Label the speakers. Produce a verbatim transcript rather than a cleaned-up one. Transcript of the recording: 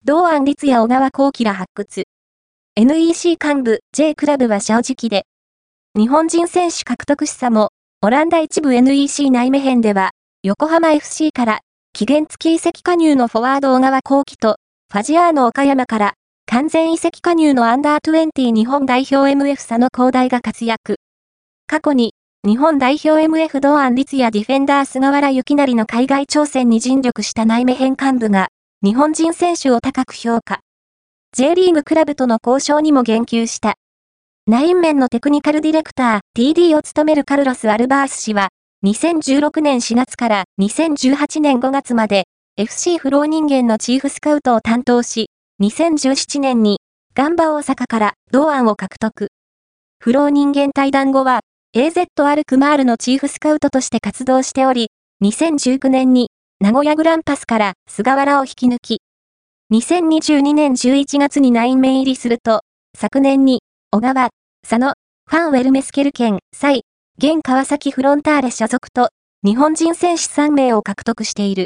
Speaker 1: 堂安律也小川幸輝ら発掘。エヌイーシー 幹部 J クラブは正直で。日本人選手獲得示唆も、オランダ一部 エヌイーシー 内目編では、横浜 エフシー から、期限付き移籍加入のフォワード小川幸輝と、ファジアーノ岡山から、完全移籍加入のアンダーにじゅう日本代表 エムエフ 佐野光大が活躍。過去に、日本代表 エムエフ 堂安律やディフェンダー菅原由成の海外挑戦に尽力した内目編幹部が、日本人選手を高く評価。J リーグクラブとの交渉にも言及した。内面のテクニカルディレクター ティーディー を務めるカルロス・アルバース氏は、にせんじゅうろくねんしがつからにせんじゅうはちねんごがつまで、エフシー フロー人間のチーフスカウトを担当し、にせんじゅうななねんに、ガンバ大阪から堂安を獲得。フロー人間対談後は、エーゼット アルクマールのチーフスカウトとして活動しており、にせんじゅうきゅうねんに、名古屋グランパスから菅原を引き抜き、にせんにじゅうにねんじゅういちがつに内面入りすると、昨年に、小川、佐野、ファンウェルメスケルケン、サイ、現川崎フロンターレ所属と、日本人選手さんめいを獲得している。